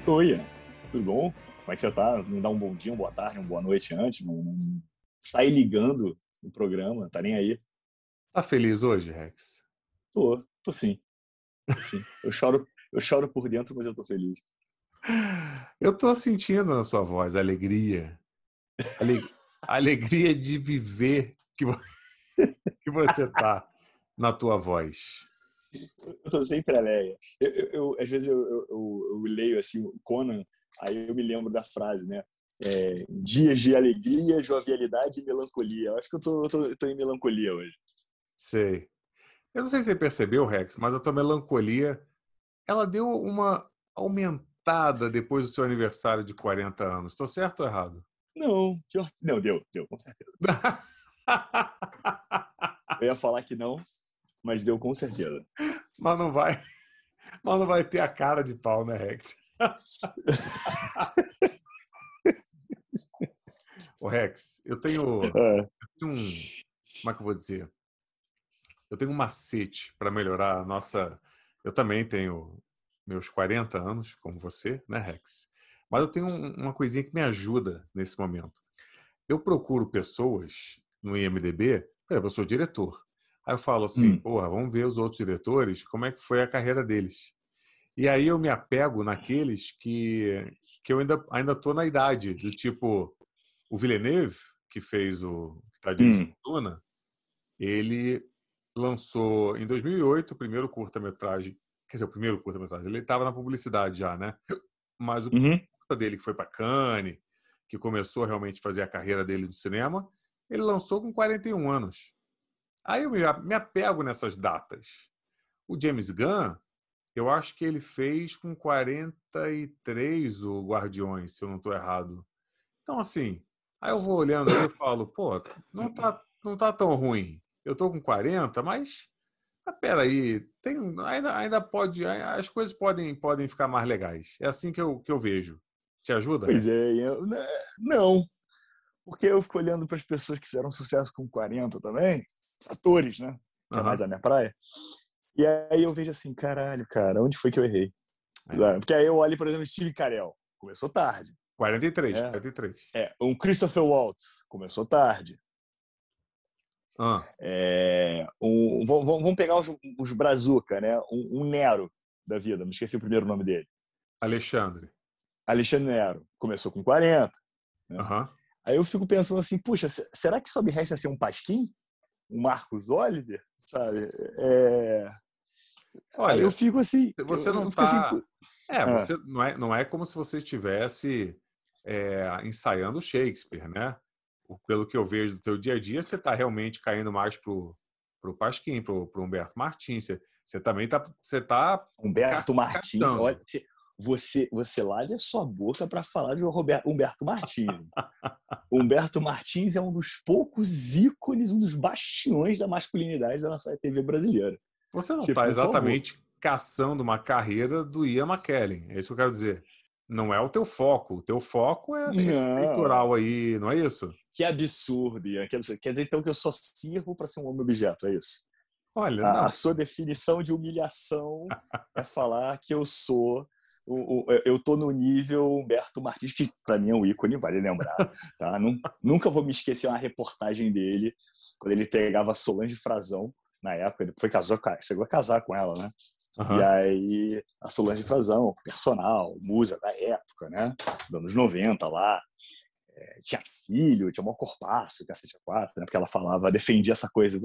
Oi, Ian. Tudo bom? Como é que você tá? Não dá um bom dia, uma boa tarde, uma boa noite antes? Não sai ligando o programa, tá nem aí? Tá feliz hoje, Rex? Tô sim, tô sim. Eu choro por dentro, mas eu tô feliz. Eu tô sentindo na sua voz a alegria. Ale- a alegria de viver que você tá na tua voz. Eu tô sempre alegre. Às vezes eu leio assim, o Conan, aí eu me lembro da frase, né? Dias de alegria, jovialidade e melancolia. Eu acho que eu tô em melancolia hoje. Sei. Eu não sei se você percebeu, Rex, mas a tua melancolia, ela deu uma aumentada depois do seu aniversário de 40 anos. Tô certo ou errado? Não, deu, com certeza. Eu ia falar que não, mas deu com certeza. Mas não vai, mas não vai ter a cara de pau, né, Rex? Ô, Rex, É. eu tenho como é que eu vou dizer? Eu tenho um macete para melhorar a nossa. Eu também tenho meus 40 anos, como você, né, Rex? Mas eu tenho uma coisinha que me ajuda nesse momento. Eu procuro pessoas no IMDb, por exemplo, eu sou diretor. Aí eu falo assim, Hum, porra, vamos ver os outros diretores, como é que foi a carreira deles. E aí eu me apego naqueles que eu ainda tô na idade, do tipo o Villeneuve, que fez que está dirigindo hum, Duna, ele lançou em 2008 o primeiro curta-metragem. Quer dizer, o primeiro curta-metragem. Ele estava na publicidade já, né? Mas o uhum. curta dele, que foi para Cannes, que começou a realmente fazer a carreira dele no cinema, ele lançou com 41 anos. Aí eu me apego nessas datas. O James Gunn, eu acho que ele fez com 43 o Guardiões, se eu não estou errado. Então, assim, aí eu vou olhando ali e falo, pô, não tá tão ruim. Eu tô com 40, mas peraí, ainda pode, as coisas podem ficar mais legais. É assim que eu vejo. Te ajuda, Pois Rex? é, não, porque eu fico olhando para as pessoas que fizeram sucesso com 40 também, atores, né? Que é mais Aham. a minha praia. E aí eu vejo assim, caralho, cara, onde foi que eu errei? É. Porque aí eu olho, por exemplo, Steve Carell, começou tarde, 43, né? 43. Um Christopher Waltz, começou tarde. Ah, Vamos pegar os Brazuca, né? Um Nero da vida, me esqueci o primeiro nome dele. Alexandre. Alexandre Nero, começou com 40, né? Aham. Aí eu fico pensando assim, puxa, será que só me resta ser um Pasquim? Um Marcos Oliver? Sabe? Aí eu Olha, fico assim, você não fico assim, tá. ah, Você não é como se você estivesse ensaiando Shakespeare, né? Pelo que eu vejo do teu dia a dia, você está realmente caindo mais pro Pasquim, pro Humberto Martins. Você também tá Humberto Martins, olha, captando. você lave a sua boca para falar de Humberto Martins. Humberto Martins é um dos poucos ícones, um dos bastiões da masculinidade da nossa TV brasileira. Você não Você, está por favor. exatamente caçando uma carreira do Ian McKellen. É isso que eu quero dizer. Não é o teu foco. O teu foco é esse Não, peitoral aí, não é isso? que absurdo, Ian. Que absurdo. Quer dizer então que eu só sirvo para ser um homem objeto, é isso? Olha, A não. sua definição de humilhação é falar que eu sou. Eu tô no nível Humberto Martins, que para mim é um ícone, vale lembrar. Tá? Nunca vou me esquecer uma reportagem dele, quando ele pegava a Solange Frazão, na época, ele chegou a casar com ela, né? E Aham. aí, a Solange Frazão, personal, musa da época, né? Dos anos 90 lá, tinha filho, tinha um corpaço, cacete a quatro, né? Porque ela falava, defendia essa coisa,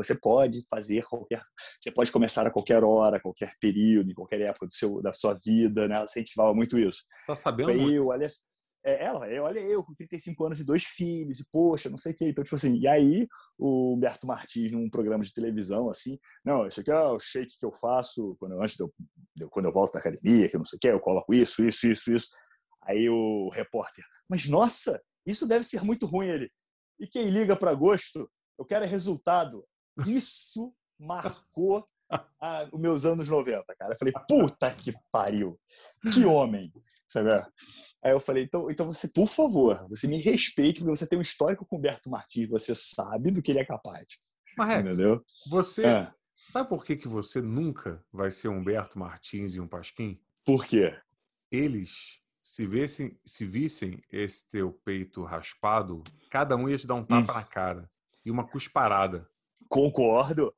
você pode começar a qualquer hora, qualquer período, em qualquer época da sua vida, né? Ela incentivava muito isso. Tá sabendo Aí muito. eu, olha, olha eu com 35 anos e dois filhos, e poxa, não sei o que. Então, tipo assim, e aí o Humberto Martins, num programa de televisão, assim, não, isso aqui é o shake que eu faço quando eu volto da academia, que eu não sei o que, eu coloco isso. Aí o repórter, mas nossa, isso deve ser muito ruim. Ele, e quem liga para gosto, eu quero é resultado. Isso marcou os meus anos 90, cara. Eu falei, puta que pariu, que homem, sabe? Aí eu falei, então você, por favor, você me respeite, porque você tem um histórico com o Humberto Martins, você sabe do que ele é capaz, Mas, Rex, entendeu? você Ah, sabe por que você nunca vai ser um Humberto Martins e um Pasquim? por quê? Eles se vissem esse teu peito raspado, cada um ia te dar um Hum. tapa na cara e uma cusparada. Concordo.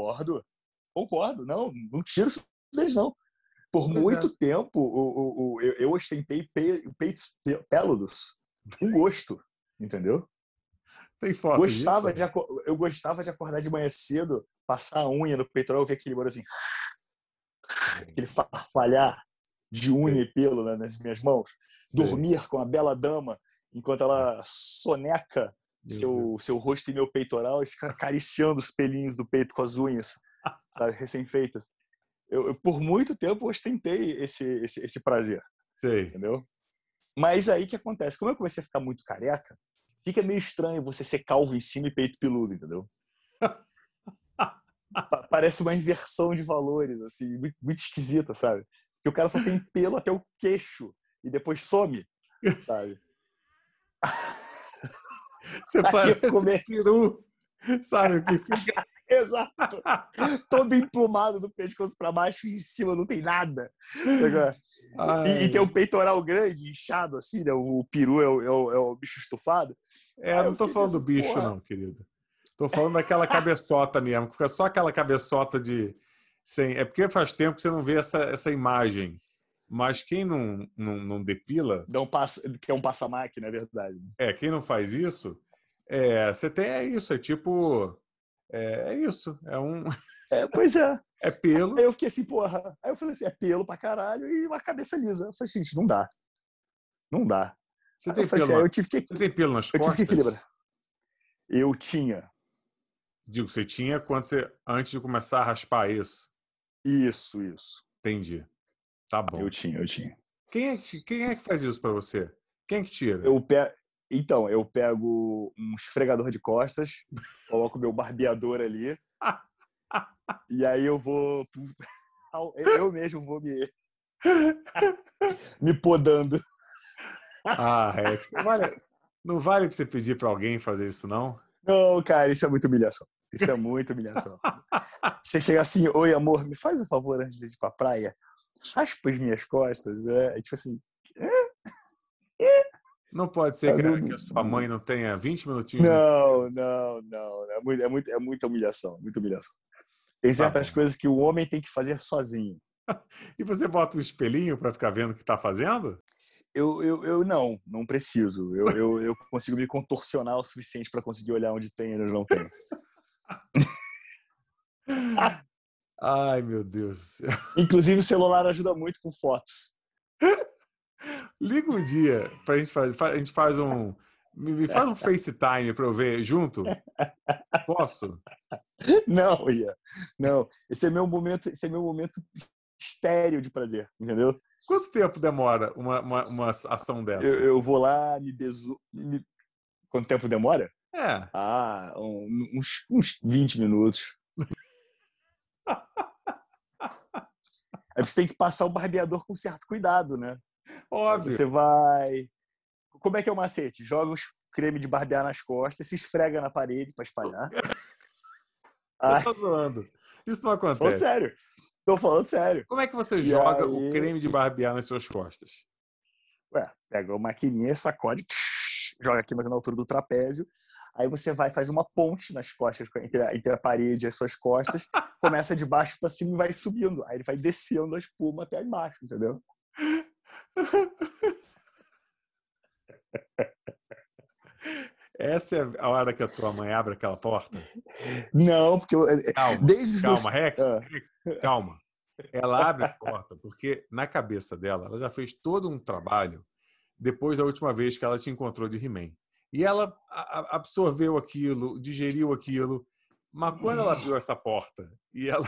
Não tiro isso deles, não. Por Pois é. muito tempo, eu ostentei peitos peludos com gosto, entendeu? Tem foto disso? Eu gostava de acordar de manhã cedo, passar a unha no peitoral, ver aquele barulho assim, aquele farfalhar de unha e pelo, né, nas minhas mãos. Dormir com a bela dama enquanto ela soneca seu rosto e meu peitoral e fica acariciando os pelinhos do peito com as unhas, sabe, recém-feitas. Eu, por muito tempo, ostentei esse prazer. Sei. Entendeu? Mas aí o que acontece? Como eu comecei a ficar muito careca, fica meio estranho você ser calvo em cima e peito peludo, entendeu? Parece uma inversão de valores, assim, muito, muito esquisita, sabe? Porque o cara só tem pelo até o queixo e depois some, sabe? Você parece um peru, sabe? O que fica... Exato. Todo emplumado do pescoço para baixo e em cima não tem nada. E tem o peitoral grande, inchado, assim, né? O peru é o bicho estufado. Não tô falando do bicho, porra, não, querido. Tô falando daquela cabeçota mesmo, que fica só aquela cabeçota de... É porque faz tempo que você não vê essa imagem. Mas quem não depila... Que é um passa-máquina, é verdade. Quem não faz isso, você tem isso, é tipo... É isso, Pois é. É pelo. Aí eu fiquei assim, porra. Aí eu falei assim, é pelo pra caralho e uma cabeça lisa. Eu falei, gente, não dá. Não dá. Você tem pelo, você tem pelo nas costas? Eu tive que equilibrar. Eu tinha. Digo, você tinha antes de começar a raspar isso? Isso. Entendi. Tá bom. Eu tinha. Quem é que faz isso pra você? Quem é que tira? Então, eu pego um esfregador de costas, coloco meu barbeador ali, e aí eu mesmo vou me podando. Não vale pra você pedir pra alguém fazer isso, não? Não, cara, isso é muita humilhação. Você chega assim, oi, amor, me faz um favor antes de ir pra praia? Raspa as minhas costas. Tipo assim... Não pode ser que a sua mãe não tenha 20 minutinhos. Não. É muita humilhação. Tem certas coisas que o homem tem que fazer sozinho. E você bota um espelhinho para ficar vendo o que está fazendo? Eu não preciso. Eu consigo me contorcionar o suficiente para conseguir olhar onde tem e onde não tem. Ai, meu Deus do céu. Inclusive, o celular ajuda muito com fotos. Liga um dia pra gente fazer. A gente faz um. Me faz um FaceTime pra eu ver junto. Posso? Não, Ian. Não. Esse é meu momento estéril de prazer, entendeu? Quanto tempo demora uma ação dessa? Eu vou lá, Quanto tempo demora? Uns 20 minutos. Aí você tem que passar o barbeador com certo cuidado, né? Óbvio. Aí você vai... Como é que é o macete? Joga os creme de barbear nas costas, se esfrega na parede para espalhar. Você tá zoando. Isso não acontece. Tô falando sério. Como é que você joga o creme de barbear nas suas costas? Pega a maquininha, sacode, joga aqui na altura do trapézio. Aí você faz uma ponte nas costas, entre a parede e as suas costas, começa de baixo para cima e vai subindo. Aí ele vai descendo a espuma até embaixo, entendeu? Essa é a hora que a tua mãe abre aquela porta? Não, porque Calma, Rex. Calma. Ela abre a porta porque na cabeça dela, ela já fez todo um trabalho depois da última vez que ela te encontrou de He-Man. E ela absorveu aquilo, digeriu aquilo, mas quando ela viu essa porta e ela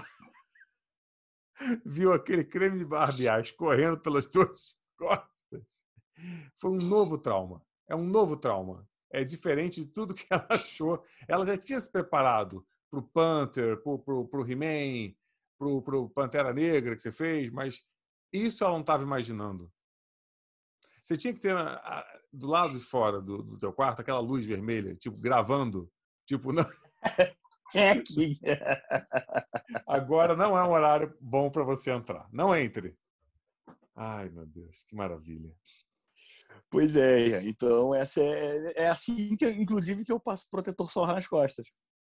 viu aquele creme de barbear escorrendo pelas tuas costas, foi um novo trauma. É um novo trauma. É diferente de tudo que ela achou. Ela já tinha se preparado para o Panther, para o He-Man, para o Pantera Negra que você fez, mas isso ela não estava imaginando. Você tinha que ter do lado de fora do teu quarto aquela luz vermelha, tipo, gravando. Tipo, não... Agora não é um horário bom para você entrar. Não entre. Ai, meu Deus, que maravilha. Pois é, então essa é assim que, inclusive, que eu passo protetor solar nas costas.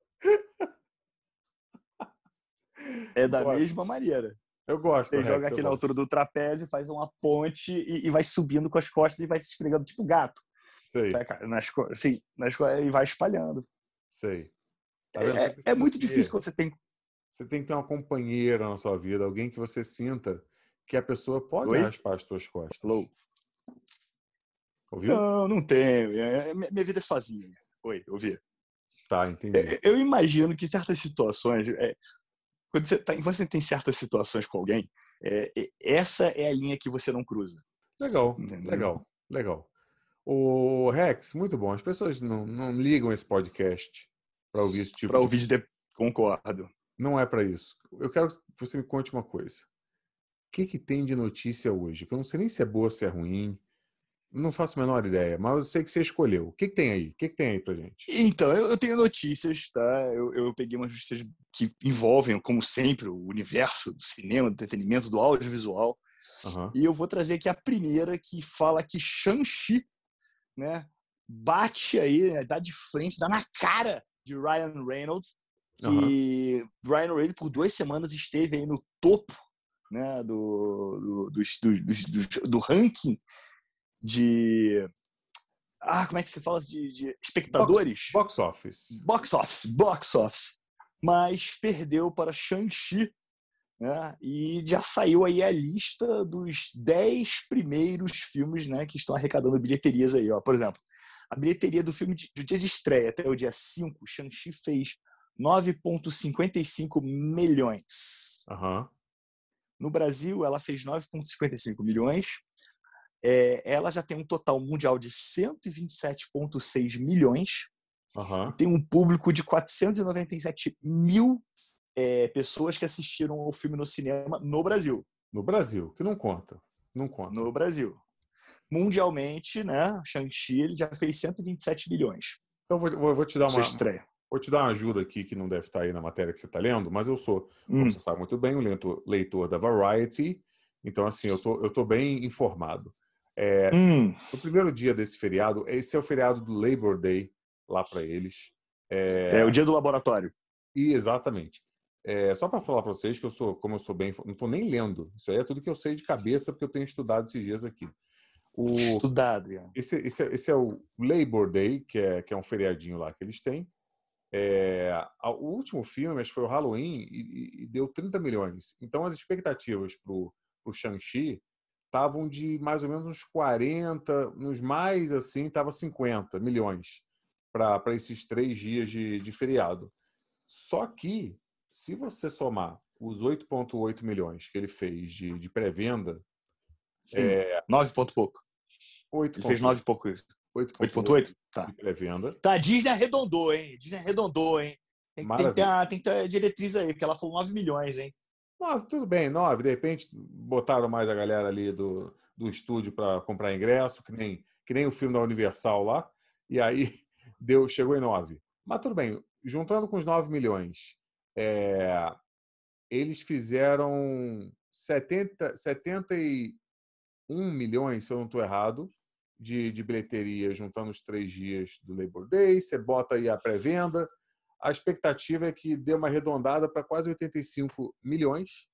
É da Gosto. mesma maneira. Eu gosto, Você joga Rex, eu aqui na gosto. altura do trapézio, faz uma ponte e vai subindo com as costas e vai se esfregando tipo gato. Sei, Sabe, cara? Assim, e vai espalhando. sei. Tá vendo? Você É precisa muito difícil ter. quando você tem. Você tem que ter uma companheira na sua vida, alguém que você sinta que a pessoa pode Oi? raspar as suas costas. Falou? Ouviu? Não, não tenho. Minha vida é sozinha. Oi, ouvi. Tá, entendi. Eu imagino que certas situações, quando você tem certas situações com alguém, essa é a linha que você não cruza. Legal, Entendeu? legal, legal. O Rex, muito bom. As pessoas não ligam esse podcast para ouvir esse tipo Para de. ouvir de... Concordo. Não é para isso. Eu quero que você me conte uma coisa. O que que tem de notícia hoje? Que eu não sei nem se é boa, se é ruim. Não faço a menor ideia, mas eu sei que você escolheu. O que que tem aí? O que que tem aí pra gente? Então, eu tenho notícias, tá? Eu peguei umas notícias que envolvem, como sempre, o universo do cinema, do entretenimento, do audiovisual. Aham, E eu vou trazer aqui a primeira que fala que Shang-Chi, né, bate aí, né, dá de frente, dá na cara de Ryan Reynolds, aham. que Ryan Reynolds por 2 semanas esteve aí no topo, né, do ranking de como é que se fala de espectadores? Box office. Box office. Mas perdeu para Shang-Chi, né? E já saiu aí a lista dos 10 primeiros filmes, né, que estão arrecadando bilheterias aí. Ó. Por exemplo, a bilheteria do filme do dia de estreia até o dia 5, Shang-Chi fez 9,55 milhões. Aham, No Brasil, ela fez 9,55 milhões. Ela já tem um total mundial de 127,6 milhões e aham. tem um público de 497 mil pessoas que assistiram ao filme no cinema no Brasil. No Brasil, que não conta. Não conta. No Brasil. Mundialmente, né, Shang-Chi ele já fez 127 milhões. Então, vou te dar Sua estreia. vou te dar uma ajuda aqui que não deve estar aí na matéria que você está lendo, mas eu sou, como você sabe muito bem, um leitor da Variety. Então, assim, eu tô bem informado. É, Hum. no primeiro dia desse feriado, esse é o feriado do Labor Day lá para eles. É o dia do laboratório. E exatamente. Só para falar para vocês que como eu sou bem, não estou nem lendo. Isso aí é tudo que eu sei de cabeça porque eu tenho estudado esses dias aqui. O, Estudado, Ian. esse é o Labor Day, que é um feriadinho lá que eles têm. O último filme, acho que foi o Halloween, e deu 30 milhões. Então, as expectativas para o Shang-Chi estavam de mais ou menos uns 40, nos mais assim, estava 50 milhões para esses 3 dias de feriado. Só que, se você somar os 8,8 milhões que ele fez de pré-venda, Sim. 9 ponto pouco. Ele fez 9 8,8 e pouco. 8,8 8,8? Tá. de pré-venda, Tá, Disney arredondou, hein? Disney arredondou, hein? maravilha. Tem que ter a diretriz aí, que ela falou 9 milhões, hein? 9, tudo bem, 9. De repente, botaram mais a galera ali do estúdio para comprar ingresso, que nem o filme da Universal lá, e aí chegou em 9. Mas tudo bem, juntando com os 9 milhões, eles fizeram 71 milhões, se eu não estou errado, de bilheteria, juntando os 3 dias do Labor Day. Você bota aí a pré-venda. A expectativa é que dê uma arredondada para quase 85 milhões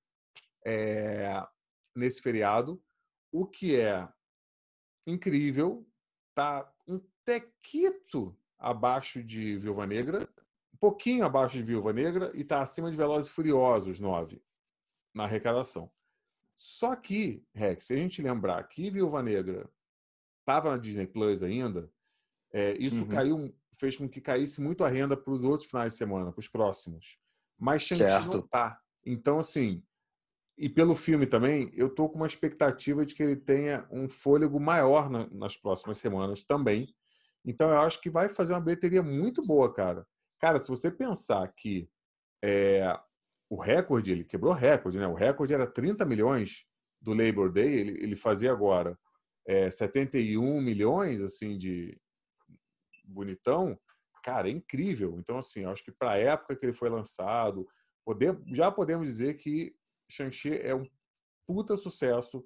nesse feriado, o que é incrível. Tá um tequito abaixo de Viúva Negra, um pouquinho abaixo de Viúva Negra, e está acima de Velozes e Furiosos 9 na arrecadação. Só que, Rex, se a gente lembrar que Viúva Negra estava na Disney Plus ainda, isso Uhum. fez com que caísse muito a renda para os outros finais de semana, para os próximos. Mas Shang-Chi não Certo. tá. Então, assim, e pelo filme também, eu tô com uma expectativa de que ele tenha um fôlego maior nas próximas semanas também. Então, eu acho que vai fazer uma bilheteria muito boa, cara. Cara, se você pensar que o recorde, ele quebrou recorde, né? O recorde era 30 milhões do Labor Day, ele fazia agora 71 milhões, assim, de bonitão. Cara, é incrível. Então, assim, acho que para a época que ele foi lançado, já podemos dizer que Shang-Chi é um puta sucesso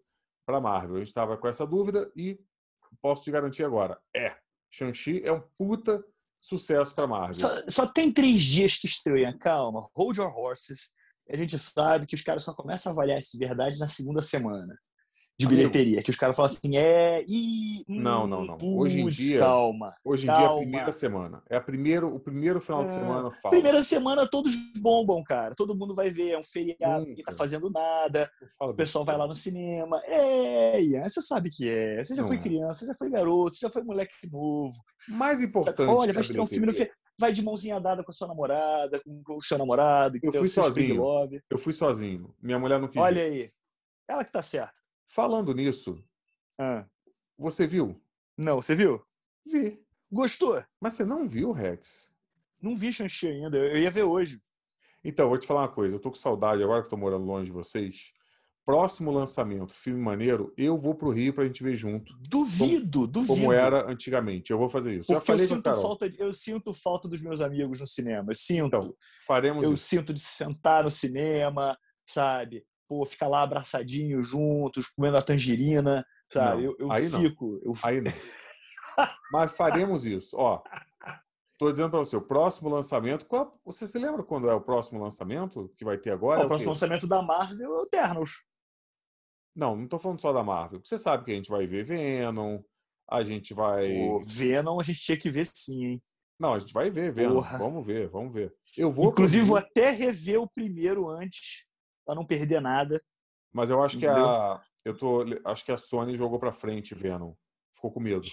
para Marvel. A gente estava com essa dúvida e posso te garantir agora. Shang-Chi é um puta sucesso para Marvel. Só tem 3 dias que estreia. Calma, hold your horses. A gente sabe que os caras só começam a avaliar isso de verdade na segunda semana de Amigo, bilheteria. Que os caras falam assim, não. putz, calma, Hoje em dia é a primeira calma. semana. O primeiro final de semana fala. Primeira semana todos bombam, cara. Todo mundo vai ver, é um feriado, ninguém tá Nunca. fazendo nada. Não fala O pessoal vai besteira. lá no cinema. Ian, você sabe que é. Você já Não foi é. criança, já foi garoto, já foi moleque novo. Mais Sabe? importante Olha, que vai a estrear um filme no bilheteria. vai de mãozinha dada com a sua namorada, com o seu namorado, Eu entendeu? fui Seus big sozinho. love. Eu fui sozinho. Minha mulher não quis ir. Olha aí. Ela que tá certa. Falando nisso, Ah, você viu? não, você viu? Vi. Gostou? Mas você não viu, Rex? Não vi Shang-Chi ainda. Eu ia ver hoje. Então, vou te falar uma coisa. Eu tô com saudade agora que eu tô morando longe de vocês. Próximo lançamento, filme maneiro, eu vou pro Rio pra gente ver junto. Duvido. Como era antigamente. Eu vou fazer isso. Já Porque falei com a Carol. eu sinto falta dos meus amigos no cinema. Eu Então, sinto. faremos Eu isso. sinto de sentar no cinema, sabe? Pô, ficar lá abraçadinhos juntos, comendo a tangerina, sabe? Não, Eu aí não. fico. Aí não. Mas faremos isso. Ó, tô dizendo pra você, o próximo lançamento. Você se lembra quando é o próximo lançamento que vai ter agora? É O o próximo quê? lançamento da Marvel é o Eternals. Não tô falando só da Marvel. Você sabe que a gente vai ver Venom, a gente vai. Pô, Venom a gente tinha que ver sim, hein? Não, a gente vai ver Venom. Porra. Vamos ver, vamos ver. Eu vou pro Inclusive, vou Rio, até rever o primeiro antes, pra não perder nada, mas eu acho que entendeu? acho que a Sony jogou pra frente Venom. Ficou com medo.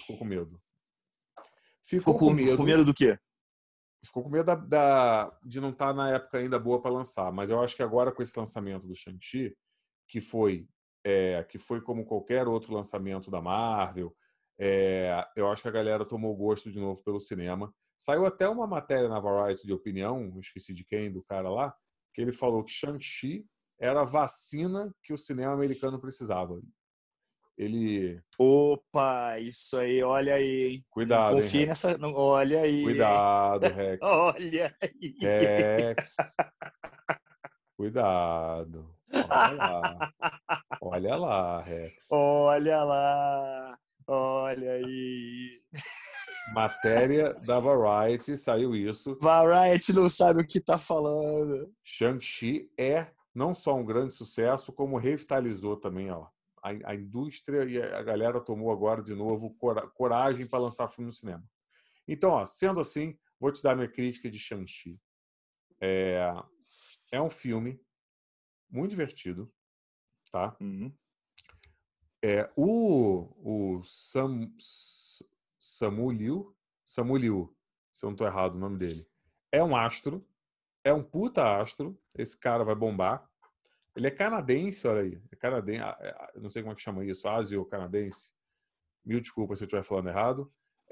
Ficou Ficou com com medo. medo do quê? Ficou com medo de não estar na época ainda boa para lançar. Mas eu acho que agora com esse lançamento do Shang-Chi, que foi, que foi como qualquer outro lançamento da Marvel, eu acho que a galera tomou gosto de novo pelo cinema. Saiu até uma matéria na Variety de opinião, não esqueci de quem, do cara lá, que ele falou que Shang-Chi era a vacina que o cinema americano precisava. Ele... Opa, isso aí, olha aí, hein? Não Cuidado, hein, confie Rex? nessa. Olha aí, hein? Cuidado, Rex. Olha aí. Rex. Cuidado. Olha lá. Olha lá, Rex. Olha lá. Olha aí. Matéria da Variety, saiu isso. Variety não sabe o que tá falando. Shang-Chi é não só um grande sucesso, como revitalizou também, ó. A indústria e a galera tomou agora de novo coragem para lançar filme no cinema. Então, ó, sendo assim, vou te dar minha crítica de Shang-Chi. É um filme muito divertido, tá? Uhum. O Samu Liu, se eu não estou errado o nome dele, é um astro, é um puta astro, esse cara vai bombar. Ele é canadense, olha aí, é canadense, não sei como é que chama isso, ásio-canadense, mil desculpas se eu estiver falando errado.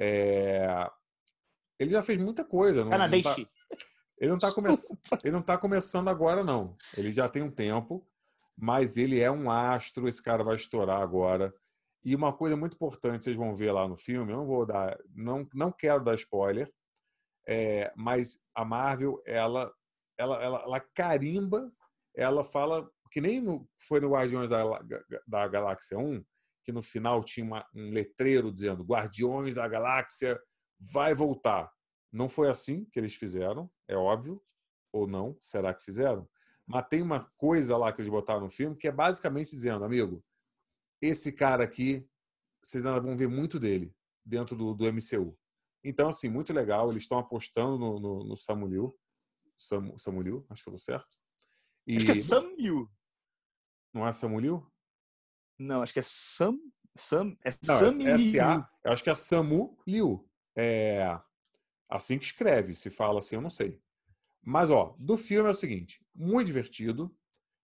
Ele já fez muita coisa, Canadense. ele não tá começando agora, não. Ele já tem um tempo, mas ele é um astro, esse cara vai estourar agora. E uma coisa muito importante, vocês vão ver lá no filme, eu não vou dar, não quero dar spoiler, mas a Marvel, ela carimba, ela fala, que nem foi no Guardiões da Galáxia 1, que no final tinha um letreiro dizendo Guardiões da Galáxia vai voltar. Não foi assim que eles fizeram, é óbvio, ou não, será que fizeram? Mas tem uma coisa lá que eles botaram no filme que é basicamente dizendo, amigo, esse cara aqui, vocês ainda vão ver muito dele dentro do MCU. Então, assim, muito legal. Eles estão apostando no Samu Liu. Samu Liu, acho que falou certo. Acho que é Sam Liu. Não é Samu Liu? Não, acho que é Não, é Liu. eu acho que é Samu Liu. É assim que escreve. Se fala assim, eu não sei. Mas, ó, do filme é o seguinte. Muito divertido.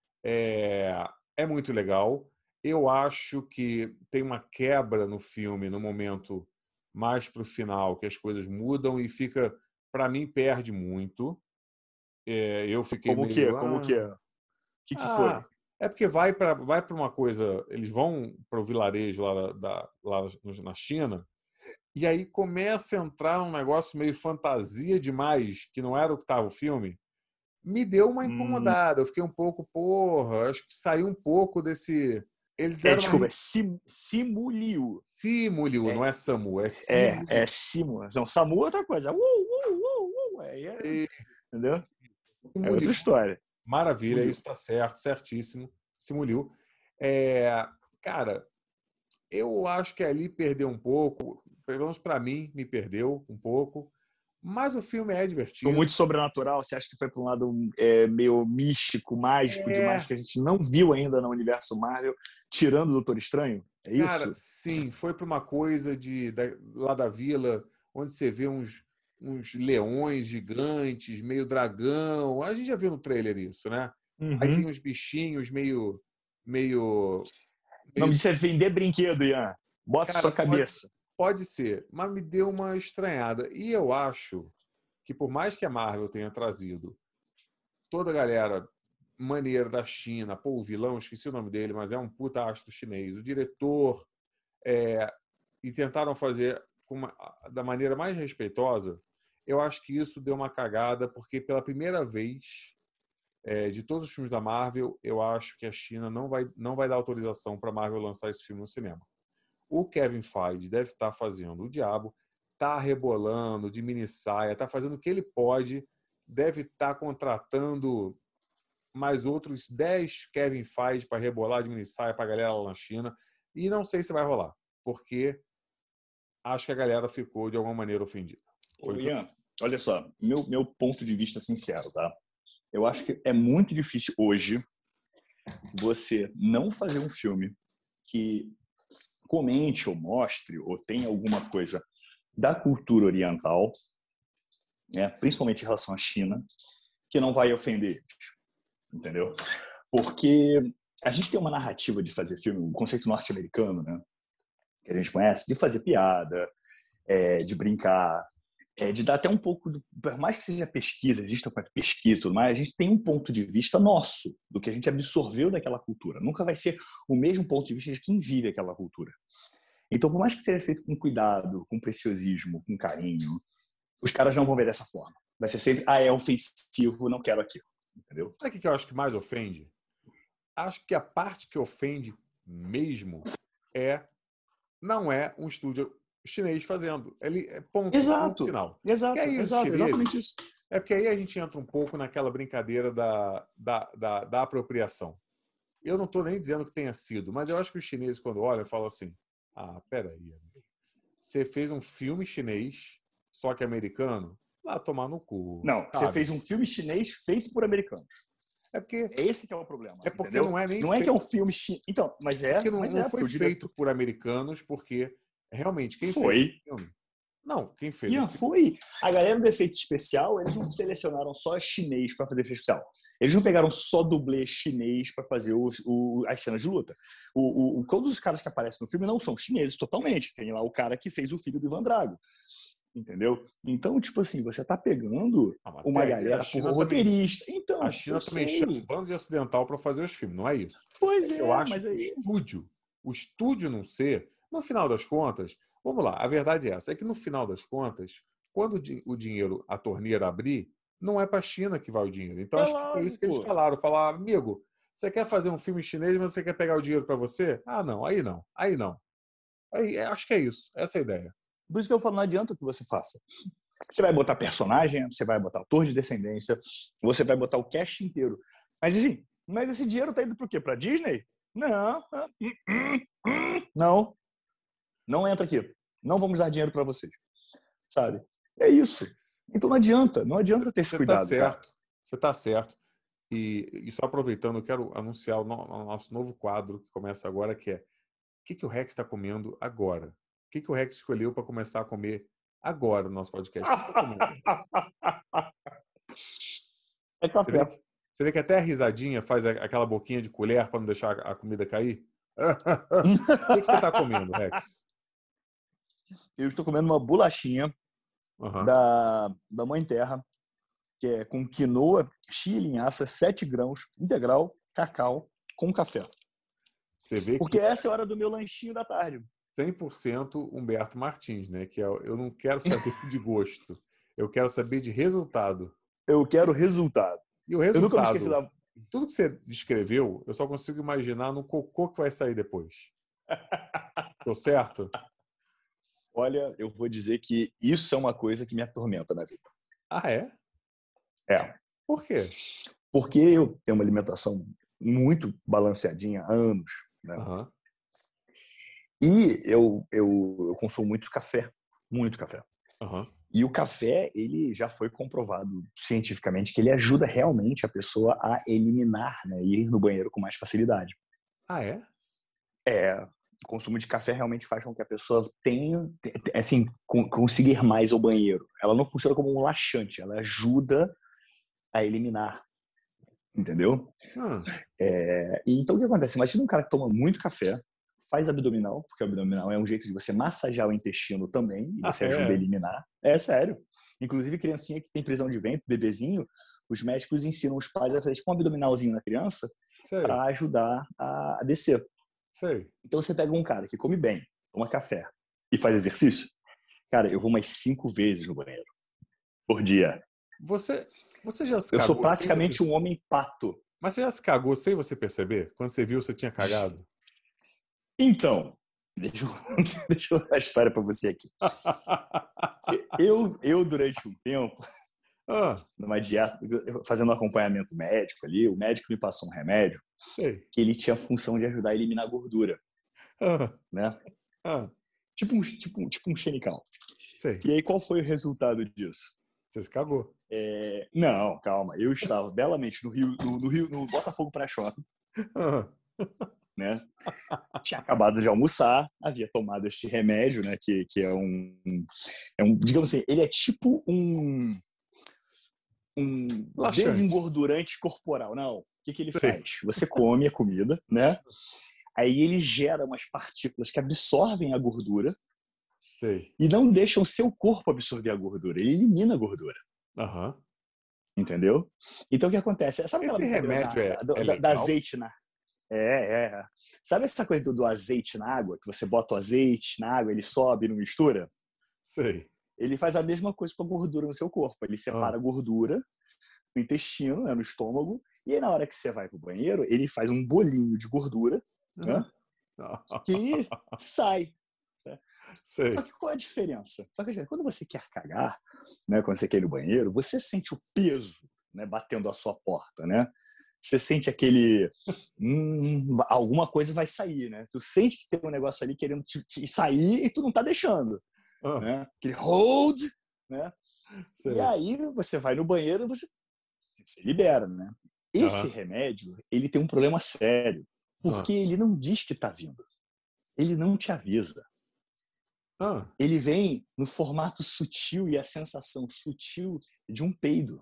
É muito legal. Eu acho que tem uma quebra no filme no momento mais pro final, que as coisas mudam e fica, para mim, perde muito. Eu fiquei Como que é? meio... Como que é? O que foi? É porque vai para uma coisa... Eles vão para o vilarejo lá na China e aí começa a entrar um negócio meio fantasia demais, que não era o que estava o filme. Me deu uma incomodada. Eu fiquei um pouco, porra, acho que saiu um pouco desse Eles deram Desculpa, uma... é Simu Liu. Simu, não é Samu, é Simu. Simu. Não, Samu é outra coisa. Entendeu? É outra Simu. história. Maravilha, Simu. isso está certo, certíssimo. Simu. Cara, eu acho que ali perdeu um pouco, pelo menos para mim, me perdeu um pouco, mas o filme é Foi divertido. muito sobrenatural. Você acha que foi para um lado meio místico, mágico demais, que a gente não viu ainda no universo Marvel, tirando o Doutor Estranho? É isso? Cara, sim, foi para uma coisa lá da vila, onde você vê uns leões gigantes, meio dragão. A gente já viu no trailer isso, né? Aí tem uns bichinhos meio O nome disso é vender brinquedo, Ian. Bota Cara, sua cabeça. pode ser, mas me deu uma estranhada. E eu acho que por mais que a Marvel tenha trazido toda a galera maneira da China, o vilão, esqueci o nome dele, mas é um puta astro chinês, o diretor, e tentaram fazer da maneira mais respeitosa, eu acho que isso deu uma cagada, porque pela primeira vez de todos os filmes da Marvel, eu acho que a China não vai dar autorização para a Marvel lançar esse filme no cinema. O Kevin Feige deve estar fazendo o diabo, está rebolando de mini saia, está fazendo o que ele pode, deve estar contratando mais outros 10 Kevin Feige para rebolar de mini saia para a galera lá na China. E não sei se vai rolar, porque acho que a galera ficou de alguma maneira ofendida. Ian, olha só, meu ponto de vista sincero, tá? Eu acho que é muito difícil hoje você não fazer um filme que comente ou mostre ou tenha alguma coisa da cultura oriental, né, principalmente em relação à China, que não vai ofender eles, entendeu? Porque a gente tem uma narrativa de fazer filme, um conceito norte-americano, né, que a gente conhece, de fazer piada, de brincar, de dar até um pouco, por mais que seja pesquisa, exista pesquisa e tudo mais, a gente tem um ponto de vista nosso, do que a gente absorveu daquela cultura. Nunca vai ser o mesmo ponto de vista de quem vive aquela cultura. Então, por mais que seja feito com cuidado, com preciosismo, com carinho, os caras não vão ver dessa forma. Vai ser sempre, é ofensivo, não quero aquilo. Entendeu? Sabe o que eu acho que mais ofende? Acho que a parte que ofende mesmo não é um estúdio chinês fazendo. Ele é ponto final. Exatamente isso. É porque aí a gente entra um pouco naquela brincadeira da apropriação. Eu não estou nem dizendo que tenha sido, mas eu acho que os chineses, quando olham, falam assim: peraí, você fez um filme chinês, só que americano? Lá tomar no cu. Não, sabe? você fez um filme chinês feito por americanos. É esse que é o problema. É porque entendeu? não é nem Não é que é um filme chinês. Então, mas não foi feito por americanos, porque realmente quem foi fez o filme... Não, quem fez Ian, foi. A galera do efeito especial, eles não selecionaram só chinês para fazer efeito especial. Eles não pegaram só dublê chinês para fazer as cenas de luta. Todos os caras que aparecem no filme não são chineses totalmente. Tem lá o cara que fez o filho do Ivan Drago. Entendeu? Então, tipo assim, você tá pegando uma galera por roteirista. Então, a China também chama um bando de ocidental para fazer os filmes, não é isso? Pois é, eu acho mas aí... que o estúdio não ser, no final das contas, vamos lá, a verdade é essa, é que no final das contas, quando o dinheiro, a torneira abrir, não é para a China que vai o dinheiro. Então, acho que foi isso que eles falaram. Falaram, amigo, você quer fazer um filme chinês, mas você quer pegar o dinheiro para você? Não. Aí, acho que é isso, essa é a ideia. Por isso que eu falo, não adianta o que você faça. Você vai botar personagem, você vai botar ator de descendência, você vai botar o cast inteiro. Mas, enfim, esse dinheiro tá indo para o quê? Para Disney? Não. Não entra aqui. Não vamos dar dinheiro para vocês. Sabe? É isso. Então não adianta ter esse cuidado. Você está certo. E só aproveitando, eu quero anunciar o nosso novo quadro que começa agora, que é o que o Rex está comendo agora? O que o Rex escolheu para começar a comer agora no nosso podcast? É café. Você vê que até a risadinha faz aquela boquinha de colher para não deixar a comida cair? O que você está comendo, Rex? Eu estou comendo uma bolachinha da Mãe Terra, que é com quinoa, chia, linhaça, 7 grãos, integral, cacau, com café. Você vê porque essa é a hora do meu lanchinho da tarde. 100% Humberto Martins, né? Que eu não quero saber de gosto. Eu quero saber de resultado. Eu quero resultado. E o resultado? tudo que você descreveu, eu só consigo imaginar no cocô que vai sair depois. Tô certo? Olha, eu vou dizer que isso é uma coisa que me atormenta na vida. Ah, é? É. Por quê? Porque eu tenho uma alimentação muito balanceadinha há anos, né? Aham. E eu consumo muito café. Muito café. Aham. E o café, ele já foi comprovado cientificamente que ele ajuda realmente a pessoa a eliminar, né? Ir no banheiro com mais facilidade. Ah, é? O consumo de café realmente faz com que a pessoa tenha, assim, conseguir ir mais ao banheiro. Ela não funciona como um laxante, ela ajuda a eliminar, entendeu? Ah, E então o que acontece? Imagina um cara que toma muito café, faz abdominal, porque o abdominal é um jeito de você massagear o intestino também, e você ajuda a é. eliminar. É sério. Inclusive, criancinha que tem prisão de ventre, bebezinho, os médicos ensinam os pais a fazer tipo um abdominalzinho na criança Sei, para ajudar a descer. sei. Então você pega um cara que come bem, toma café e faz exercício. Cara, eu vou mais 5 vezes no banheiro por dia. Você já se Eu sou cagou sem você... praticamente um homem pato. Mas você já se cagou sem você perceber? Quando você viu, você tinha cagado? Então, deixa eu, deixa eu contar a história para você aqui. Durante um tempo, Ah, numa dieta, fazendo um acompanhamento médico ali, o médico me passou um remédio sei. que ele tinha a função de ajudar a eliminar a gordura, Ah, né? ah, Tipo um xenical. sei. E aí, qual foi o resultado disso? Você se cagou. Não, calma. Eu estava belamente no Botafogo Pré-Shopping, Ah, né? Tinha acabado de almoçar, havia tomado este remédio, né? Que digamos assim, ele é tipo um laxante. desengordurante corporal. Não. O que ele Sei, faz? Você come a comida, né? Aí ele gera umas partículas que absorvem a gordura sei. e não deixam o seu corpo absorver a gordura. Ele elimina a gordura. Aham. Entendeu? Então o que acontece? Sabe aquela Esse brincadeira remédio é da legal? azeite na. É. Sabe essa coisa do azeite na água? Que você bota o azeite na água, ele sobe e não mistura? Sei. Ele faz a mesma coisa com a gordura no seu corpo. Ele Ah. separa a gordura no intestino, né, no estômago, e aí na hora que você vai pro banheiro, ele faz um bolinho de gordura, né, que sai. Né? Só Sei. que qual é a diferença? Quando você quer cagar, né, quando você quer ir no banheiro, você sente o peso, né, batendo à sua porta, né? Você sente aquele alguma coisa vai sair, né? Tu sente que tem um negócio ali querendo te sair e tu não tá deixando, Ah, né? Aquele hold, né? E sei. aí você vai no banheiro e você se libera, né? Esse Aham. remédio, ele tem um problema sério, Ah. porque ele não diz que tá vindo. Ele não te avisa. Ah. Ele vem no formato sutil e a sensação sutil de um peido.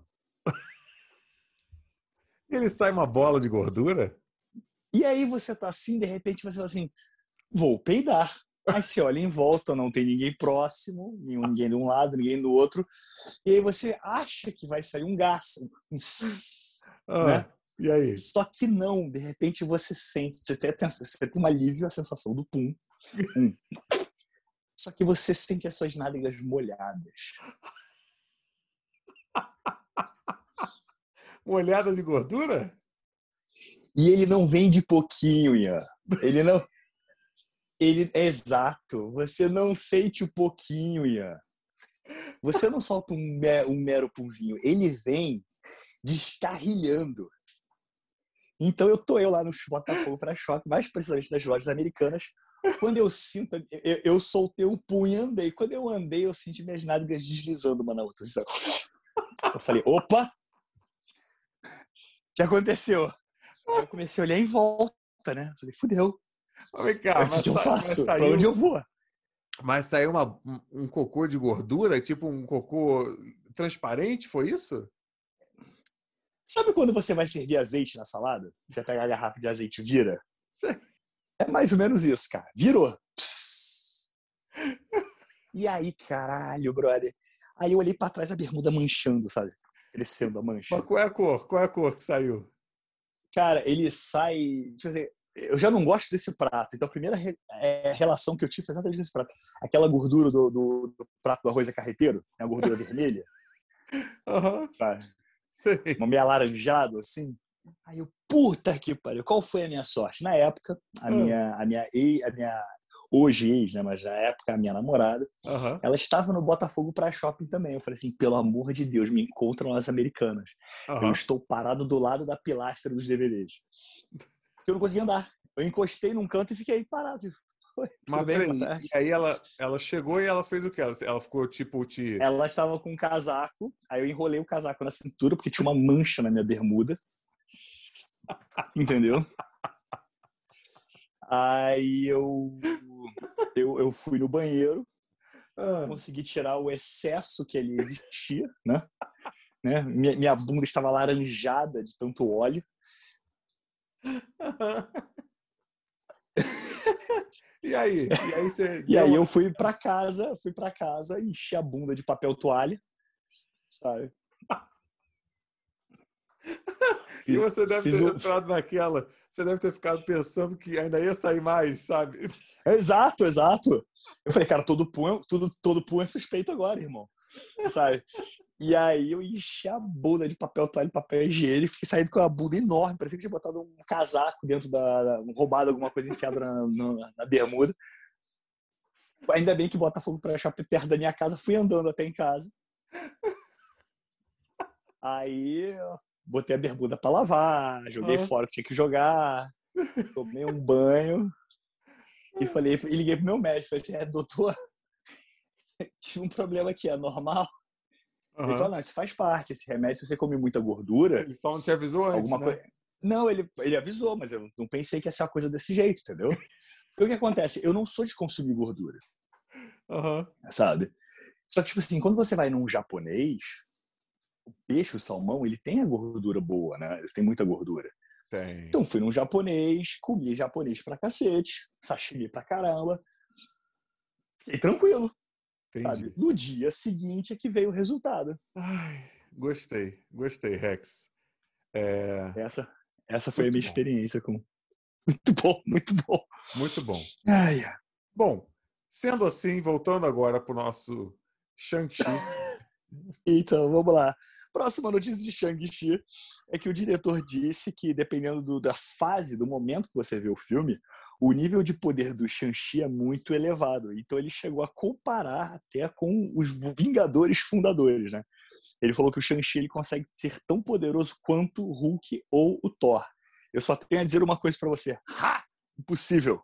Ele sai uma bola de gordura? E aí você tá assim, de repente você fala assim, vou peidar. Aí você olha em volta, não tem ninguém próximo, ninguém de um lado, ninguém do outro. E aí você acha que vai sair um gás, né? Ah. E aí? Só que não, de repente você sente, você tem um alívio, a sensação do pum. Hum. Só que você sente as suas nádegas molhadas. Molhada de gordura? E ele não vem de pouquinho, Ian. Ele não. Ele é exato. Você não sente o pouquinho, Ian. Você não solta um mero punzinho. Ele vem descarrilhando. Então eu lá no Botafogo para choque, mais precisamente das lojas americanas. Quando eu sinto, eu soltei o punho e andei. Quando eu andei, eu senti minhas nádegas deslizando uma na outra. Eu falei, opa, o que aconteceu? Aí eu comecei a olhar em volta, né? Eu falei, fudeu. Vem cá, O que eu mas faço? Pra onde saiu, eu vou? mas saiu um cocô de gordura, tipo um cocô transparente, foi isso? Sabe quando você vai servir azeite na salada? Você pega a garrafa de azeite e vira? Sei. É mais ou menos isso, cara. Virou. E aí, caralho, brother. Aí eu olhei pra trás, a bermuda manchando, sabe? Crescendo a mancha. Mas qual é a cor? Qual é a cor que saiu? Cara, ele sai. Deixa eu ver. Eu já não gosto desse prato. Então a primeira relação que eu tive foi exatamente esse prato. Aquela gordura do prato do arroz é carreteiro, né? A gordura vermelha, Aham, sabe? sei. Uma meio alaranjado, assim. Aí eu, puta que pariu, qual foi a minha sorte? Na época, a minha hoje ex, né, mas na época a minha namorada, Aham. ela estava no Botafogo para shopping também. Eu falei assim, pelo amor de Deus, me encontram nas Americanas. Eu Aham. estou parado do lado da pilastra dos DVDs. Eu não conseguia andar. Eu encostei num canto e fiquei parado. Oi, tudo Mas bem? Boa peraí, tarde. e aí ela chegou e ela fez o quê? Ela ficou tipo Ela estava com um casaco, aí eu enrolei o casaco na cintura porque tinha uma mancha na minha bermuda, entendeu? Aí eu fui no banheiro, consegui tirar o excesso que ali existia, né? Minha bunda estava laranjada de tanto óleo. E aí? E aí você E deu aí uma... eu fui para casa, enchi a bunda de papel toalha, sabe? E Fiz, você deve fiz ter o... entrado naquela. Você deve ter ficado pensando que ainda ia sair mais, sabe? Exato, exato. Eu falei, cara, todo pum é suspeito agora, irmão. Sabe? E aí eu enchi a bunda de papel toalha e papel higiênico, fiquei saindo com a bunda enorme, parecia que tinha botado um casaco dentro roubado alguma coisa enfiada na bermuda. Ainda bem que Botafogo para shopping perto da minha casa, fui andando até em casa. Aí eu botei a bermuda para lavar, joguei Aham. fora o que tinha que jogar, tomei um banho e liguei pro meu médico, falei assim, doutor, tive um problema aqui, é normal? Ele falou, Aham. não, isso faz parte, esse remédio, se você come muita gordura, Ele só não te avisou antes, alguma né? coisa. Não, ele avisou, mas eu não pensei que ia ser uma coisa desse jeito, entendeu? Porque o que acontece? Eu não sou de consumir gordura, Aham. sabe? Só que, tipo assim, quando você vai num japonês, o peixe, o salmão, ele tem a gordura boa, né? Ele tem muita gordura. Tem. Então, fui num japonês, comi japonês pra cacete, sashimi pra caramba, fiquei tranquilo, sabe? Entendi. No dia seguinte é que veio o resultado. Ai, gostei. Gostei, Rex. É, Essa, essa foi a muito minha bom. experiência com. Muito bom, muito bom. Muito bom. Ai, ai. Bom, sendo assim, voltando agora para o nosso Shang-Chi. Então, vamos lá. Próxima notícia de Shang-Chi é que o diretor disse que, dependendo da fase, do momento que você vê o filme, o nível de poder do Shang-Chi é muito elevado. Então, ele chegou a comparar até com os Vingadores fundadores, né? Ele falou que o Shang-Chi ele consegue ser tão poderoso quanto o Hulk ou o Thor. Eu só tenho a dizer uma coisa para você. Ha! Impossível.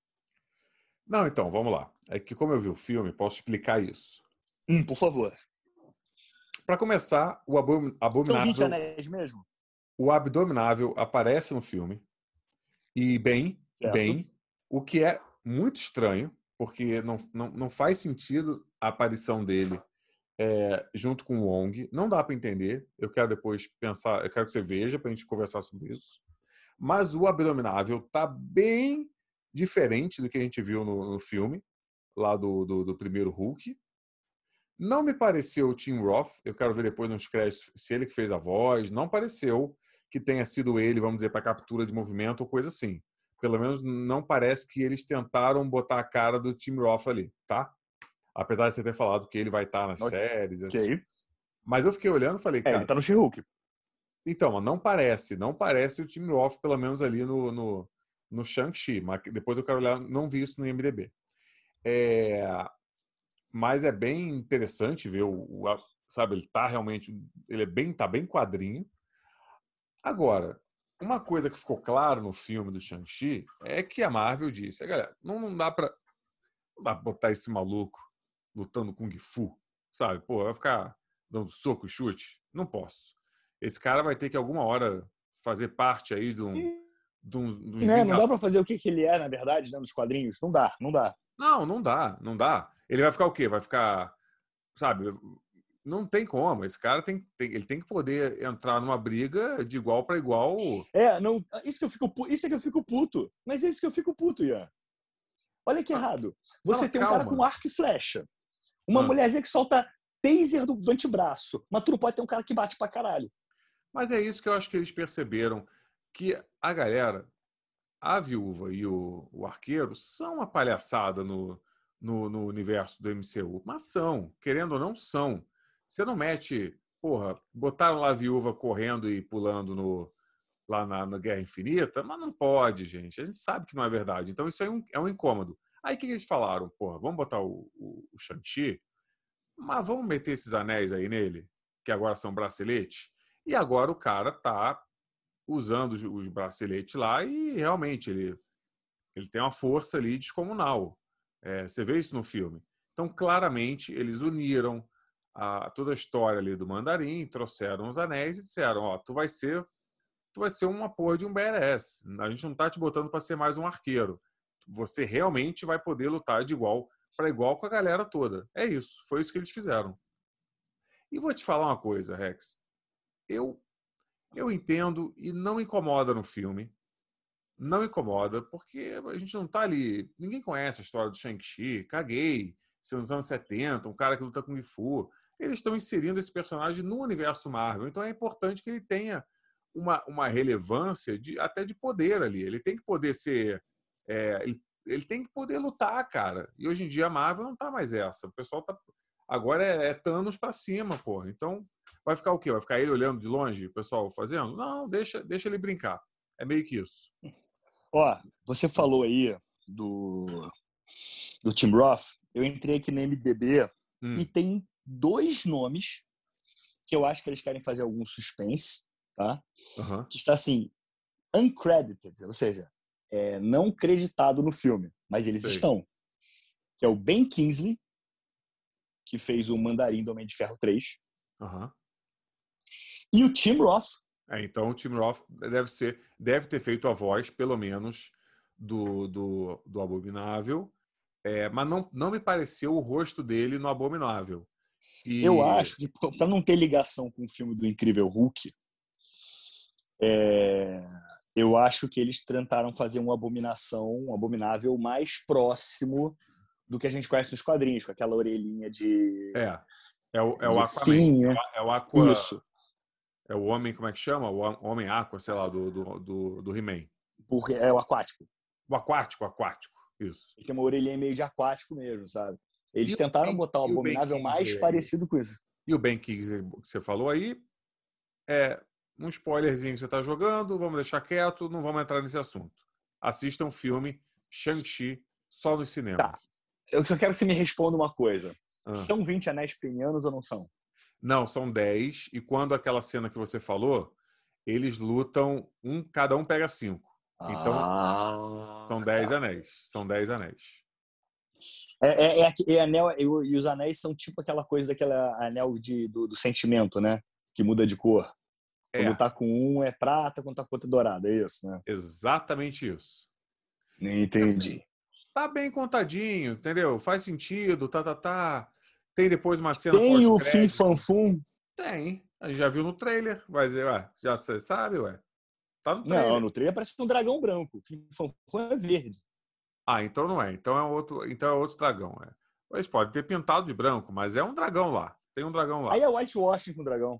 Não, então, vamos lá. É que como eu vi o filme, posso explicar isso. Por favor. Para começar, São 20 anéis mesmo? o Abominável aparece no filme e Certo. o que é muito estranho, porque não faz sentido a aparição dele junto com o Wong. Não dá para entender. Eu quero depois pensar, eu quero que você veja para a gente conversar sobre isso. Mas o Abominável tá bem diferente do que a gente viu no filme, lá do primeiro Hulk. Não me pareceu o Tim Roth, eu quero ver depois nos créditos se ele que fez a voz. Não pareceu que tenha sido ele, vamos dizer, para captura de movimento ou coisa assim. Pelo menos não parece que eles tentaram botar a cara do Tim Roth ali, tá? Apesar de você ter falado que ele vai estar nas séries, Ok. essas coisas. Mas eu fiquei olhando e falei, Ele cara, tá no She-Hulk. então, não parece o Tim Roth, pelo menos ali no Shang-Chi. Mas depois eu quero olhar, não vi isso no IMDb. É, mas é bem interessante ver sabe, ele tá realmente, tá bem quadrinho. Agora, uma coisa que ficou claro no filme do Shang-Chi é que a Marvel disse, galera, não dá pra botar esse maluco lutando com Kung Fu, sabe? Pô, vai ficar dando soco e chute? Não posso. Esse cara vai ter que alguma hora fazer parte aí dos Né? Não dá Vingadores. pra fazer o que ele é, na verdade, né, nos quadrinhos. Não dá, não dá. Não dá, não dá. Ele vai ficar o quê? Vai ficar, sabe? Não tem como. Esse cara ele tem que poder entrar numa briga de igual para igual. Não, isso é que eu fico puto. Mas é isso que eu fico puto, Ian. Olha que Ah, errado. não, Você mas tem um cara com calma. arco e flecha. Uma Ah, mulherzinha que solta taser do antebraço. Mas tu não pode ter um cara que bate pra caralho. mas é isso que eu acho que eles perceberam que a viúva e o arqueiro são uma palhaçada no universo do MCU. Mas são, querendo ou não, são. Você não mete. Porra, botaram lá a viúva correndo e pulando lá na Guerra Infinita, mas não pode, gente. A gente sabe que não é verdade. Então isso aí é um incômodo. Aí o que eles falaram? Porra, vamos botar o Shang-Chi, mas vamos meter esses anéis aí nele, que agora são braceletes. E agora o cara tá usando os braceletes lá e realmente ele tem uma força ali descomunal. Você vê isso no filme. Então, claramente, eles uniram toda a história ali do Mandarim, trouxeram os anéis e disseram, ó, tu vai ser uma porra de um badass. A gente não tá te botando para ser mais um arqueiro. Você realmente vai poder lutar de igual para igual com a galera toda. É isso. Foi isso que eles fizeram. E vou te falar uma coisa, Rex. Eu entendo e não me incomoda no filme. Não incomoda, porque a gente não tá ali... Ninguém conhece a história do Shang-Chi. Caguei. Se nos anos 70, um cara que luta com Kung Fu. Eles estão inserindo esse personagem no universo Marvel. Então é importante que ele tenha uma relevância até de poder ali. Ele tem que poder ser... ele tem que poder lutar, cara. E hoje em dia a Marvel não tá mais essa. O pessoal tá... Agora é Thanos pra cima, porra. Então vai ficar o quê? Vai ficar ele olhando de longe, o pessoal fazendo? Não, deixa ele brincar. É meio que isso. Ó, você falou aí do Tim Roth. Eu entrei aqui no MDB e tem 2 nomes que eu acho que eles querem fazer algum suspense, tá? Uhum. Que está assim, uncredited, ou seja, não creditado no filme, mas eles estão. Que é o Ben Kingsley, que fez o Mandarim do Homem de Ferro 3. Uhum. E o Tim Roth. Então o Tim Roth deve ter feito a voz, pelo menos, do Abominável. Mas não me pareceu o rosto dele no Abominável. Eu acho que, para não ter ligação com o filme do Incrível Hulk, eu acho que eles tentaram fazer um Abominável mais próximo do que a gente conhece nos quadrinhos, com aquela orelhinha de... É o Aquaman. Fim, né? É o Aqua... Isso. É o homem, como é que chama? O homem Aqua, sei lá, do He-Man. Porque é o aquático. O aquático, isso. Ele tem uma orelhinha meio de aquático mesmo, sabe? Eles tentaram botar o Abominável mais parecido com isso. E o Ben Kingsley que você falou aí, um spoilerzinho que você está jogando, vamos deixar quieto, não vamos entrar nesse assunto. Assistam o filme Shang-Chi só no cinema. Tá. Eu só quero que você me responda uma coisa. São 20 anéis penianos ou não são? Não, são 10. E quando aquela cena que você falou, eles lutam, cada um pega 5. Então, são 10 anéis. São 10 anéis. Anel, e os anéis são tipo aquela coisa daquele anel do sentimento, né? Que muda de cor. Quando tá com um é prata, quando tá com outro é dourado. É isso, né? Exatamente isso. Entendi. Assim, tá bem contadinho, entendeu? Faz sentido, tá. Tem depois uma cena tem o Fim Fanfum? Tem. A gente já viu no trailer. Vai dizer, já você sabe, Tá no trailer. Não, no trailer parece um dragão branco. O Fim Fanfum é verde. Então não é. Então é outro dragão. Eles podem ter pintado de branco, mas é um dragão lá. Tem um dragão lá. Aí é whitewashing com o dragão.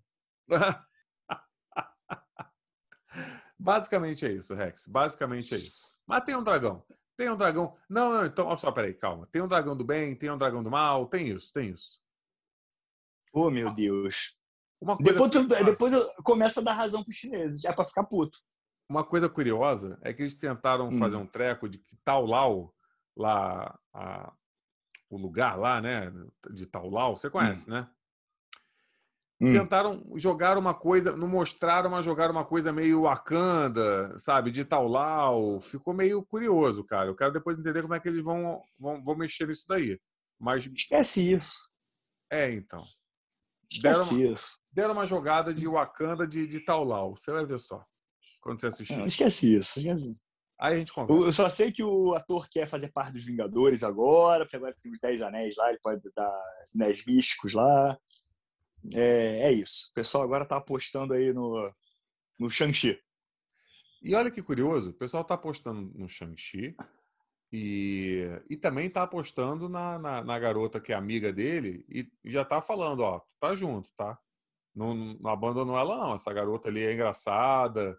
Basicamente é isso, Rex. Basicamente é isso. Mas tem um dragão. Tem um dragão. Não, então, olha só, peraí, calma. Tem um dragão do bem, tem um dragão do mal, tem isso. Oh, meu Deus. Uma coisa depois começa a dar razão para os chineses, já para ficar puto. Uma coisa curiosa é que eles tentaram fazer um treco de que Taulau, lá, o lugar lá, né, de Taulau, você conhece, né? Tentaram jogar uma coisa, não mostraram, mas jogaram uma coisa meio Wakanda, sabe, de Taulau. Ficou meio curioso, cara. Eu quero depois entender como é que eles vão mexer nisso daí. Mas esquece isso. Então. Esquece isso. Deram uma jogada de Wakanda de Taulau. Você vai ver só. Quando você assistir. Não, esquece isso. Aí a gente conversa. Eu só sei que o ator quer fazer parte dos Vingadores agora, porque agora tem os 10 anéis lá, ele pode dar anéis místicos lá. É isso. O pessoal agora tá apostando aí no Shang-Chi. E olha que curioso, o pessoal tá apostando no Shang-Chi e também tá apostando na garota que é amiga dele e já tá falando, tu tá junto, tá? Não abandonou ela não, essa garota ali é engraçada.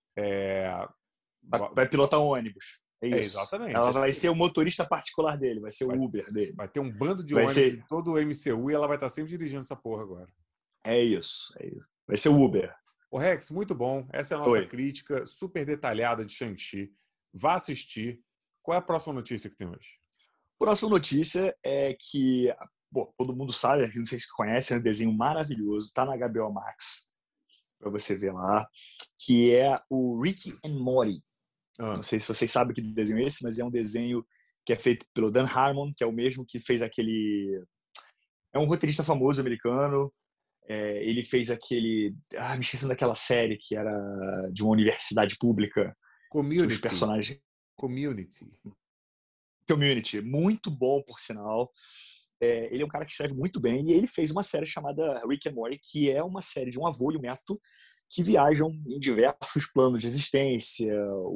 Vai pilotar um ônibus. É isso. Exatamente. Ela vai ser o motorista particular dele, vai ser o Uber dele. Vai ter um bando de ônibus em todo o MCU e ela vai estar sempre dirigindo essa porra agora. É isso. Vai ser o Uber. Ô, Rex, muito bom. Essa é a nossa Oi. crítica super detalhada de Shang-Chi. Vá assistir. Qual é a próxima notícia que tem hoje? Próxima notícia é que, pô, todo mundo sabe, não sei se conhece, é um desenho maravilhoso, tá na HBO Max, pra você ver lá, que é o Rick and Morty. Não Ah, sei se vocês sabem que desenho é esse, mas é um desenho que é feito pelo Dan Harmon, que é o mesmo que fez aquele... É um roteirista famoso americano. Ele fez aquele... me esqueci daquela série que era de uma universidade pública, que os Community. personagens... Community. Community, muito bom, por sinal. Ele é um cara que escreve muito bem, e ele fez uma série chamada Rick and Morty, que é uma série de um avô e um neto que viajam em diversos planos de existência.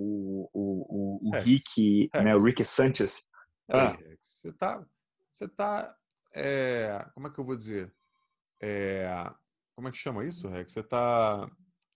O Rex. Rick, né, o Rex. Rick Sanchez. Peraí, Rex. Você tá, como é que eu vou dizer? É, como é que chama isso, Rex? Você está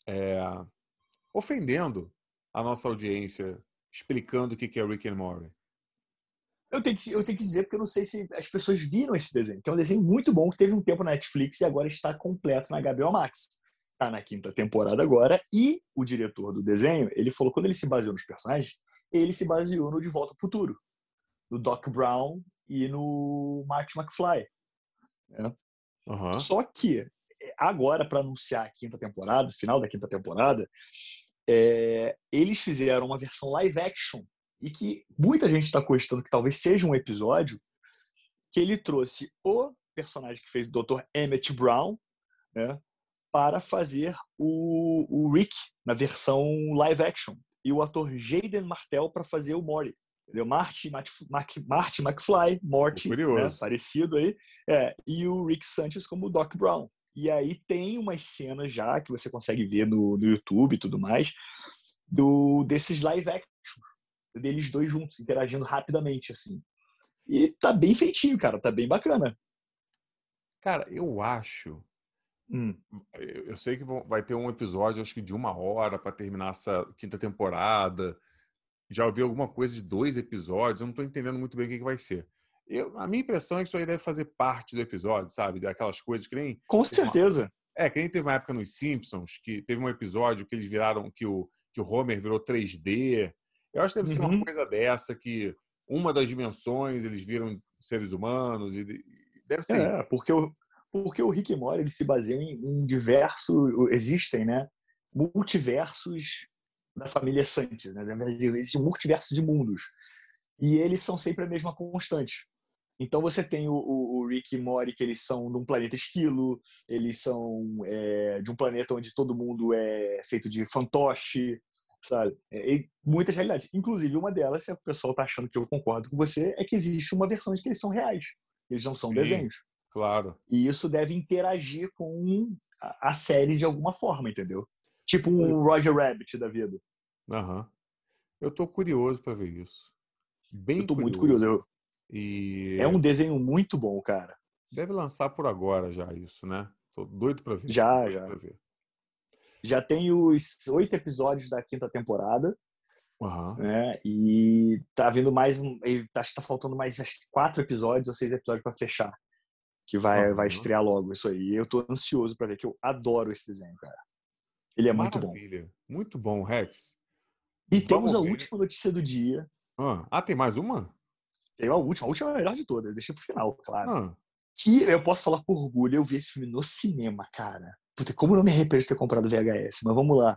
ofendendo a nossa audiência, explicando o que é Rick and Morty. Eu tenho que dizer, porque eu não sei se as pessoas viram esse desenho, que é um desenho muito bom, que teve um tempo na Netflix e agora está completo na HBO Max. Está na 5ª temporada agora, e o diretor do desenho, ele falou que quando ele se baseou nos personagens, ele se baseou no De Volta ao Futuro, no Doc Brown e no Marty McFly. Né? Uhum. Só que, agora, para anunciar a 5ª temporada, final da 5ª temporada, eles fizeram uma versão live action, e que muita gente está cogitando que talvez seja um episódio, que ele trouxe o personagem que fez o Dr. Emmett Brown, né, para fazer o Rick na versão live action, e o ator Jaden Martell para fazer o Morty. Entendeu? Marty McFly, Tô Morty, né, curioso. parecido aí, e o Rick Sanchez como o Doc Brown. E aí tem umas cenas já que você consegue ver no YouTube e tudo mais, desses live actions, deles dois juntos, interagindo rapidamente, assim. E tá bem feitinho, cara, tá bem bacana. Cara, eu acho. Hum. Eu sei que vai ter um episódio, acho que de 1 hora para terminar essa 5ª temporada. Já ouvi alguma coisa de 2 episódios, eu não estou entendendo muito bem o que vai ser. A minha impressão é que isso aí deve fazer parte do episódio, sabe? Daquelas coisas que nem. Com certeza. Que nem teve uma época nos Simpsons, que teve um episódio que eles viraram, que o Homer virou 3D. Eu acho que deve ser uma Uhum. coisa dessa, que uma das dimensões eles viram seres humanos, e deve ser isso. Porque o Rick e Morty ele se baseia em diversos, existem, né, multiversos da família Sanchez, né? Na verdade, existe um multiverso de mundos. E eles são sempre a mesma constante. Então você tem o Rick e Morty, que eles são de um planeta esquilo, eles são de um planeta onde todo mundo é feito de fantoche, sabe? E muitas realidades. Inclusive, uma delas, se o pessoal tá achando que eu concordo com você, é que existe uma versão de que eles são reais. Eles não são Sim, desenhos. claro. E isso deve interagir com a série de alguma forma, entendeu? Tipo um Roger Rabbit da vida. Aham. Eu tô curioso para ver isso. Eu Bem tô muito curioso. curioso. É E um desenho muito bom, cara. deve lançar por agora já isso, né? Tô doido para ver. Já, Doido já. para ver. Já tem os 8 episódios da 5ª temporada, Aham. né? E tá vindo mais. Acho que tá faltando mais acho que 4 episódios ou 6 episódios para fechar. Que vai Aham. estrear logo isso aí. E eu tô ansioso para ver, que eu adoro esse desenho, cara. Ele é muito bom. Maravilha. Muito bom, Rex. E temos a Vamos ver. última notícia do dia. Tem mais uma? Tem a última é a melhor de todas, eu deixei pro final, claro. Ah, Que eu posso falar por orgulho, eu vi esse filme no cinema, cara. Puta, como eu não me arrependo de ter comprado VHS, mas vamos lá.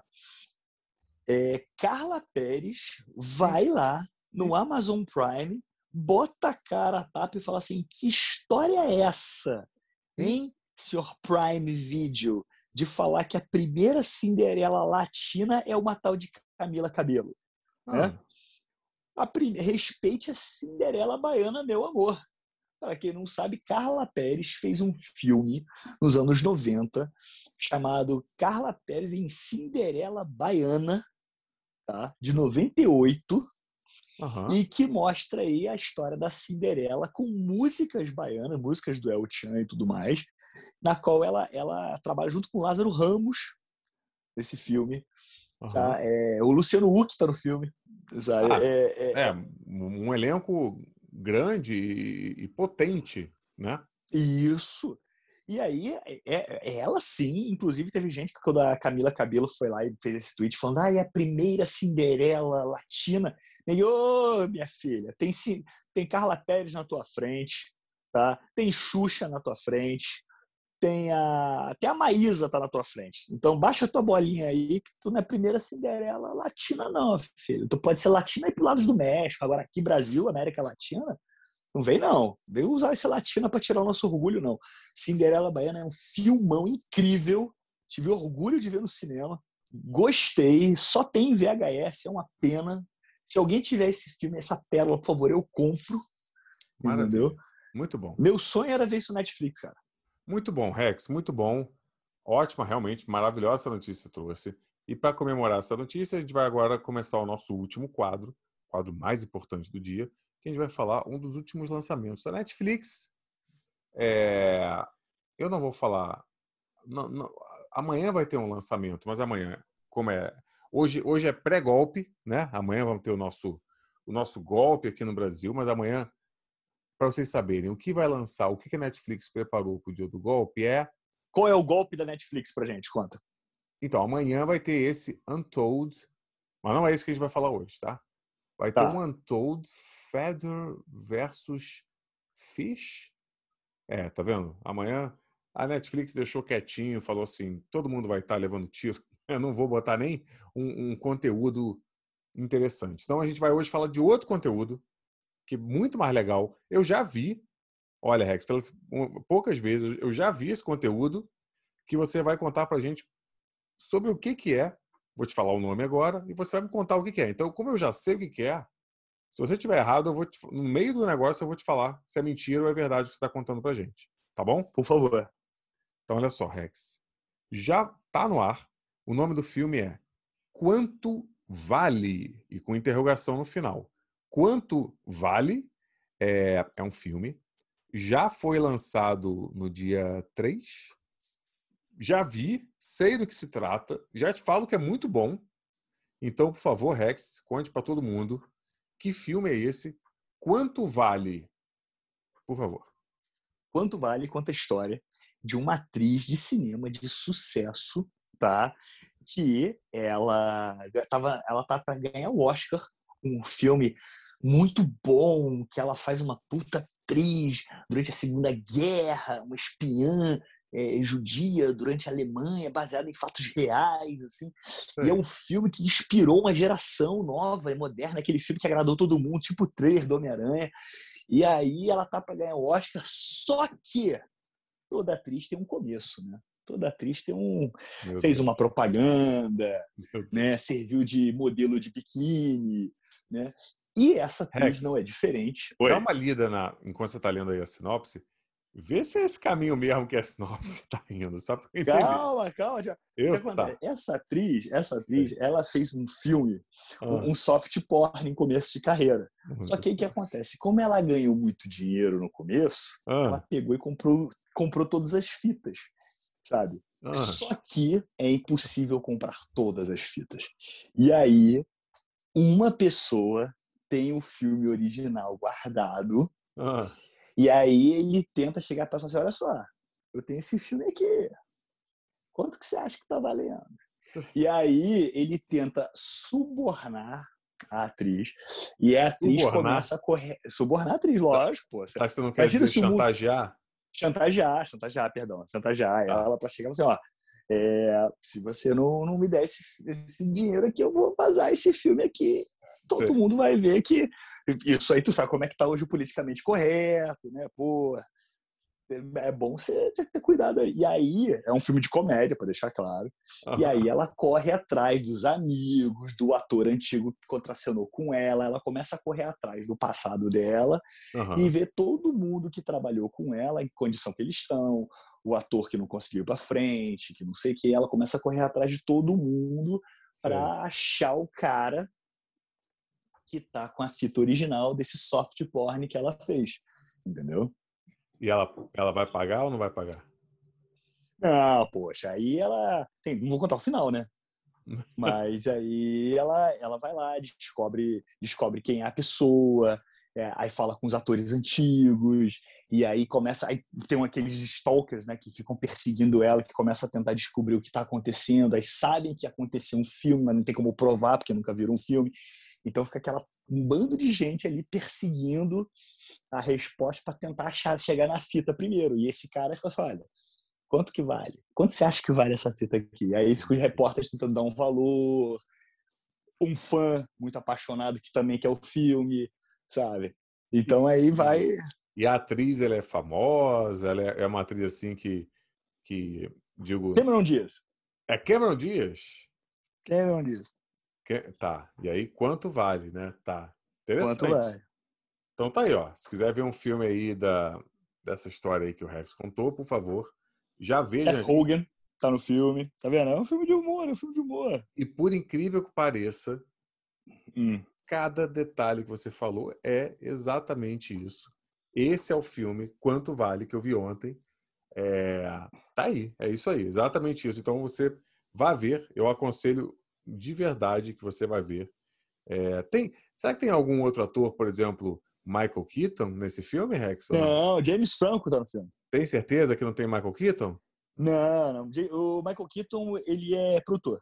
Carla Perez ih, vai lá ih. no Amazon Prime, bota a cara a tapa e fala assim: que história é essa, Ih, hein, senhor Prime Video, de falar que a primeira Cinderela latina é uma tal de Camila Cabello, né? ah, Respeite a Cinderela baiana, meu amor. Para quem não sabe, Carla Perez fez um filme nos anos 90 chamado Carla Perez em Cinderela Baiana, tá? De 98, aham. e que mostra aí a história da Cinderela com músicas baianas, músicas do El Chan e tudo mais, na qual ela trabalha junto com Lázaro Ramos nesse filme. Aham. O Luciano Huck está no filme. Sabe? Ah, um elenco grande e potente, né? Isso. E aí, ela sim, inclusive teve gente que quando a Camila Cabello foi lá e fez esse tweet falando, é a primeira Cinderela latina. E ô, minha filha, tem Carla Pérez na tua frente, tá? Tem Xuxa na tua frente, até a Maísa tá na tua frente. Então baixa a tua bolinha aí, que tu não é a primeira Cinderela latina não, filho. Tu pode ser latina aí pro lado do México, agora aqui Brasil, América Latina, não vem, não. Vem usar esse latina para tirar o nosso orgulho, não. Cinderela Baiana é um filmão incrível. Tive orgulho de ver no cinema. Gostei. Só tem em VHS. É uma pena. Se alguém tiver esse filme, essa pérola, por favor, eu compro. Maravilha. Entendeu? Muito bom. Meu sonho era ver isso no Netflix, cara. Muito bom, Rex. Muito bom. Ótima, realmente. Maravilhosa essa notícia que você trouxe. E para comemorar essa notícia, a gente vai agora começar o nosso último quadro, o quadro mais importante do dia, que a gente vai falar um dos últimos lançamentos da Netflix. Eu não vou falar... amanhã vai ter um lançamento, mas amanhã, como é... Hoje é pré-golpe, né? Amanhã vamos ter o nosso golpe aqui no Brasil, mas amanhã, para vocês saberem, o que vai lançar, o que a Netflix preparou para o dia do golpe é... Qual é o golpe da Netflix pra gente? Conta. Então, amanhã vai ter esse Untold, mas não é isso que a gente vai falar hoje, tá? Vai ter um Untold Feather versus Fish. Tá vendo? Amanhã a Netflix deixou quietinho, falou assim, todo mundo vai estar levando tiro. Eu não vou botar nem um conteúdo interessante. Então a gente vai hoje falar de outro conteúdo, que é muito mais legal. Eu já vi, olha, Rex, poucas vezes eu já vi esse conteúdo que você vai contar pra gente sobre o que é. Vou te falar o nome agora e você vai me contar o que é. Então, como eu já sei o que é, se você estiver errado, no meio do negócio eu vou te falar se é mentira ou é verdade o que você está contando pra gente. Tá bom? Por favor. Então, olha só, Rex. Já tá no ar. O nome do filme é Quanto Vale? E com interrogação no final. Quanto Vale é um filme. Já foi lançado no dia 3. Já vi, sei do que se trata. Já te falo que é muito bom. Então, por favor, Rex, conte para todo mundo que filme é esse. Quanto vale? Por favor. Quanto vale, conta a história de uma atriz de cinema de sucesso, tá? Que ela tá para ganhar o Oscar, um filme muito bom, que ela faz uma puta atriz durante a Segunda Guerra, uma espiã judia durante a Alemanha, baseado em fatos reais, assim. E é um filme que inspirou uma geração nova e moderna, aquele filme que agradou todo mundo, tipo o trailer do Homem-Aranha. E aí ela tá para ganhar o Oscar, só que toda atriz tem um começo, né? Toda atriz fez uma propaganda, né? Serviu de modelo de biquíni, né? E essa atriz Rex, não é diferente. Dá uma lida enquanto você está lendo aí a sinopse. Vê se é esse caminho mesmo que a sinopse está indo, só para entender. Calma. O que acontece? Essa atriz, ela fez um filme, um soft porn em começo de carreira. Só que aí o que acontece? Como ela ganhou muito dinheiro no começo, ela pegou e comprou todas as fitas, sabe? Só que é impossível comprar todas as fitas. E aí, uma pessoa tem o filme original guardado. E aí ele tenta chegar para ela e falar assim, olha só, eu tenho esse filme aqui. Quanto que você acha que tá valendo? E aí ele tenta subornar a atriz. E a atriz começa a correr. Subornar a atriz, lógico, pô. Acho que você não quer dizer chantagear? Chantagear, perdão. Chantagear. Ela para chegar e falar assim, ó, se você não me der esse dinheiro aqui, eu vou vazar esse filme aqui. Todo mundo vai ver que... Isso aí tu sabe como é que tá hoje o politicamente correto, né? Pô, é bom você ter cuidado aí. E aí, é um filme de comédia, para deixar claro. E aí ela corre atrás dos amigos, do ator antigo que contracenou com ela começa a correr atrás do passado dela e ver todo mundo que trabalhou com ela, em condição que eles estão, o ator que não conseguiu ir para frente, que não sei o que. Ela começa a correr atrás de todo mundo para achar o cara que tá com a fita original desse soft porn que ela fez. Entendeu? E ela vai pagar ou não vai pagar? Não, poxa, aí ela... Não vou contar o final, né? Mas aí ela vai lá, descobre quem é a pessoa, aí fala com os atores antigos, e aí começa. Aí tem aqueles stalkers, né, que ficam perseguindo ela, que começa a tentar descobrir o que está acontecendo, aí sabem que aconteceu um filme, mas não tem como provar, porque nunca viram um filme. Então fica um bando de gente ali perseguindo a resposta para tentar chegar na fita primeiro. E esse cara fica assim, olha, quanto que vale? Quanto você acha que vale essa fita aqui? Aí fica os repórteres tentando dar um valor, um fã muito apaixonado que também quer o filme, sabe? Então aí vai... E a atriz, ela é famosa, ela é uma atriz assim digo... Cameron Diaz. É Cameron Diaz? Cameron Diaz. Tá, e aí quanto vale, né? Tá, Quanto interessante. vale? Então tá aí, ó. Se quiser ver um filme aí dessa história aí que o Rex contou, por favor, já veja. Seth Rogen tá no filme, tá vendo? É um filme de humor, é um filme de humor. E por incrível que pareça, cada detalhe que você falou é exatamente isso. Esse é o filme Quanto Vale que eu vi ontem. Tá aí, é isso aí, exatamente isso. Então você vai ver, eu aconselho de verdade que você vai ver. Será que tem algum outro ator, por exemplo, Michael Keaton nesse filme, Rex? Não, James Franco tá no filme. Tem certeza que não tem Michael Keaton? Não. O Michael Keaton, ele é produtor.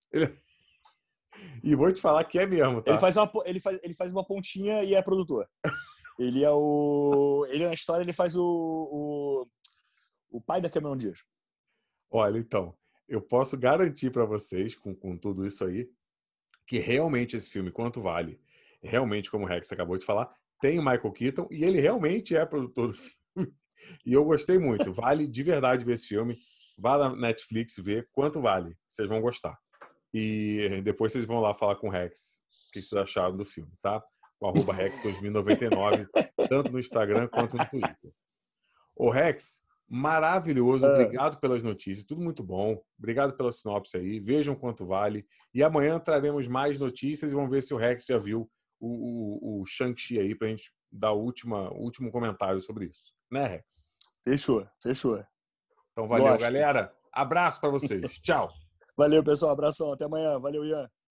E vou te falar que é mesmo, tá? Ele faz uma pontinha e é produtor. Ele na história, ele faz o pai da Cameron Diaz. Olha, então, eu posso garantir para vocês, com tudo isso aí, que realmente esse filme, Quanto Vale, realmente, como o Rex acabou de falar, tem o Michael Keaton e ele realmente é produtor do filme. E eu gostei muito. Vale de verdade ver esse filme. Vá na Netflix ver Quanto Vale. Vocês vão gostar. E depois vocês vão lá falar com o Rex o que vocês acharam do filme, tá? O @Rex2099, tanto no Instagram quanto no Twitter. O Rex, maravilhoso. Obrigado pelas notícias. Tudo muito bom. Obrigado pela sinopse aí. Vejam Quanto Vale. E amanhã traremos mais notícias e vamos ver se o Rex já viu o Shang-Chi aí pra gente dar o último comentário sobre isso. Né, Rex? Fechou. Então valeu, Gosto. galera. Abraço para vocês. Tchau. Valeu, pessoal. Abração. Até amanhã. Valeu, Ian.